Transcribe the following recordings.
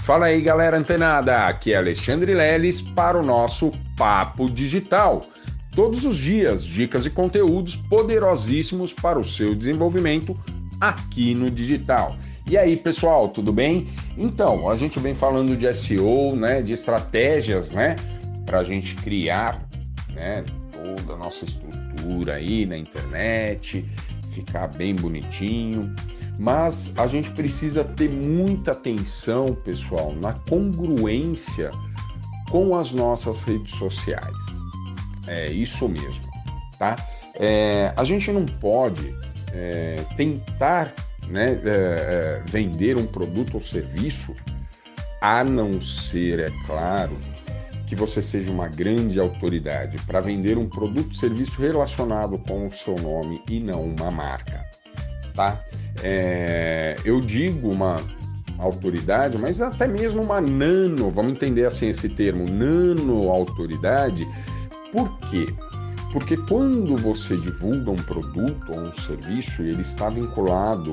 Fala aí, galera antenada, aqui é Alexandre Leles para o nosso Papo Digital. Todos os dias, dicas e conteúdos poderosíssimos para o seu desenvolvimento aqui no digital. E aí, pessoal, tudo bem? Então, a gente vem falando de SEO, de estratégias, para a gente criar, toda a nossa estrutura aí na internet, ficar bem bonitinho. Mas a gente precisa ter muita atenção, pessoal, na congruência com as nossas redes sociais. É isso mesmo, tá? A gente não pode tentar vender um produto ou serviço, a não ser, é claro, que você seja uma grande autoridade para vender um produto ou serviço relacionado com o seu nome e não uma marca, tá? Eu digo uma autoridade, mas até mesmo uma vamos entender assim esse termo, nano-autoridade. Por quê? Porque quando você divulga um produto ou um serviço, ele está vinculado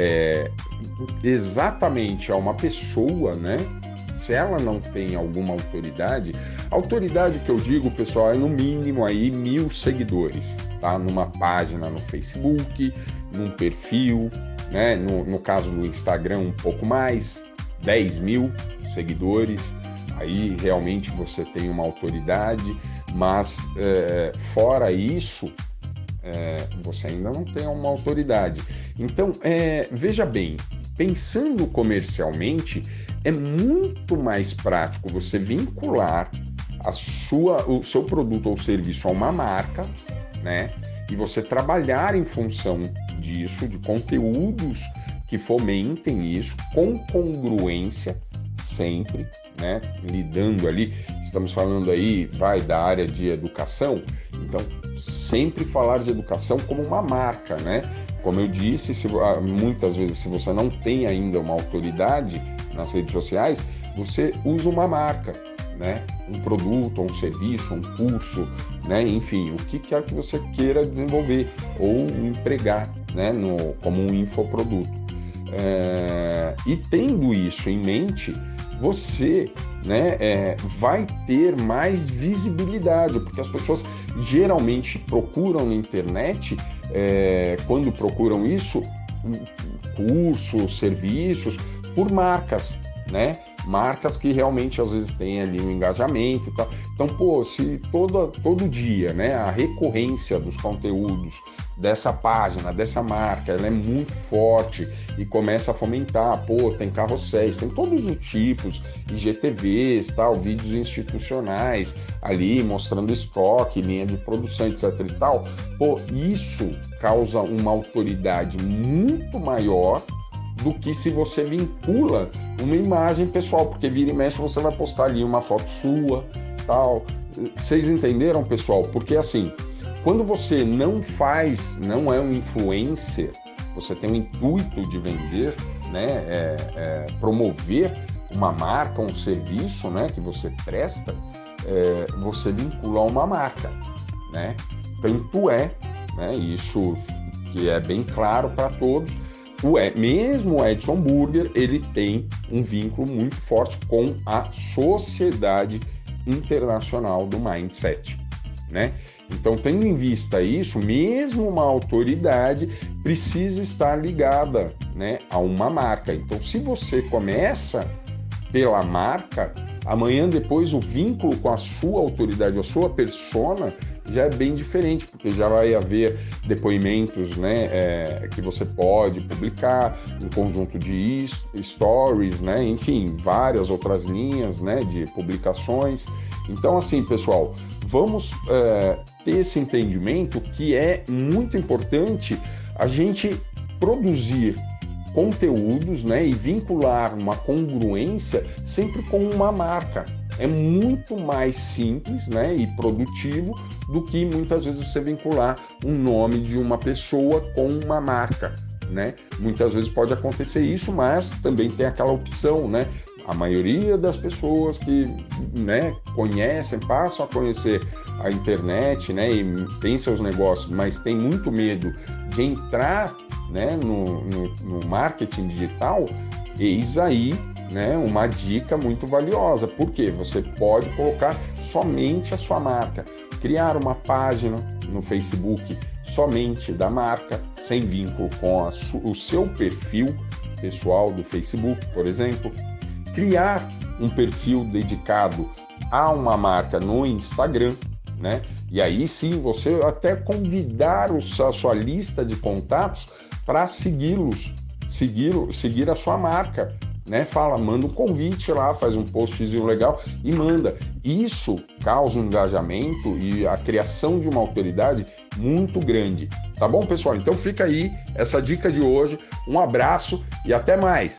exatamente a uma pessoa, Se ela não tem alguma autoridade, autoridade que eu digo, pessoal, é no mínimo aí 1.000 seguidores, tá? Numa página no Facebook, num perfil, no caso do Instagram um pouco mais, 10.000 seguidores, aí realmente você tem uma autoridade, mas fora isso, você ainda não tem uma autoridade. Então, veja bem, pensando comercialmente, é muito mais prático você vincular o seu produto ou serviço a uma marca, e você trabalhar em função disso, de conteúdos que fomentem isso, com congruência, sempre, lidando ali, estamos falando aí, da área de educação, então sempre falar de educação como uma marca, Como eu disse, muitas vezes, se você não tem ainda uma autoridade nas redes sociais, você usa uma marca, um produto, um serviço, um curso, enfim, o que quer que você queira desenvolver ou empregar, como um infoproduto. E tendo isso em mente, você vai ter mais visibilidade, porque as pessoas geralmente procuram na internet, quando procuram isso, cursos, serviços, por marcas, marcas que realmente às vezes têm ali um engajamento e tal. Então, se todo dia, a recorrência dos conteúdos dessa página, dessa marca, ela é muito forte e começa a fomentar, tem carrosséis, tem todos os tipos, IGTVs, vídeos institucionais ali mostrando estoque, linha de produção, etc e tal, isso causa uma autoridade muito maior do que se você vincula uma imagem pessoal, porque vira e mexe você vai postar ali uma foto sua, tal. Vocês entenderam, pessoal? Porque assim, quando você não é um influencer, você tem o intuito de vender, promover uma marca, um serviço, que você presta, você vincula a uma marca, Tanto isso que é bem claro para todos. Mesmo o Edson Burger, ele tem um vínculo muito forte com a Sociedade Internacional do Mindset, Então, tendo em vista isso, mesmo uma autoridade precisa estar ligada, a uma marca. Então, se você começa pela marca, amanhã depois o vínculo com a sua autoridade, a sua persona, já é bem diferente, porque já vai haver depoimentos, que você pode publicar, um conjunto de stories, enfim, várias outras linhas, de publicações. Então, assim, pessoal, vamos ter esse entendimento que é muito importante a gente produzir conteúdos, e vincular uma congruência sempre com uma marca. É muito mais simples, e produtivo do que muitas vezes você vincular um nome de uma pessoa com uma marca, Muitas vezes pode acontecer isso, mas também tem aquela opção, A maioria das pessoas que, conhecem, passam a conhecer a internet, e tem seus negócios, mas tem muito medo de entrar, no marketing digital, eis aí né, uma dica muito valiosa. Por quê? Você pode colocar somente a sua marca, criar uma página no Facebook somente da marca, sem vínculo com o seu perfil pessoal do Facebook, por exemplo. Criar um perfil dedicado a uma marca no Instagram, né? E aí sim, você até convidar a sua lista de contatos para seguir a sua marca, né? Manda um convite lá, faz um postzinho legal e manda. Isso causa um engajamento e a criação de uma autoridade muito grande. Tá bom, pessoal? Então fica aí essa dica de hoje. Um abraço e até mais!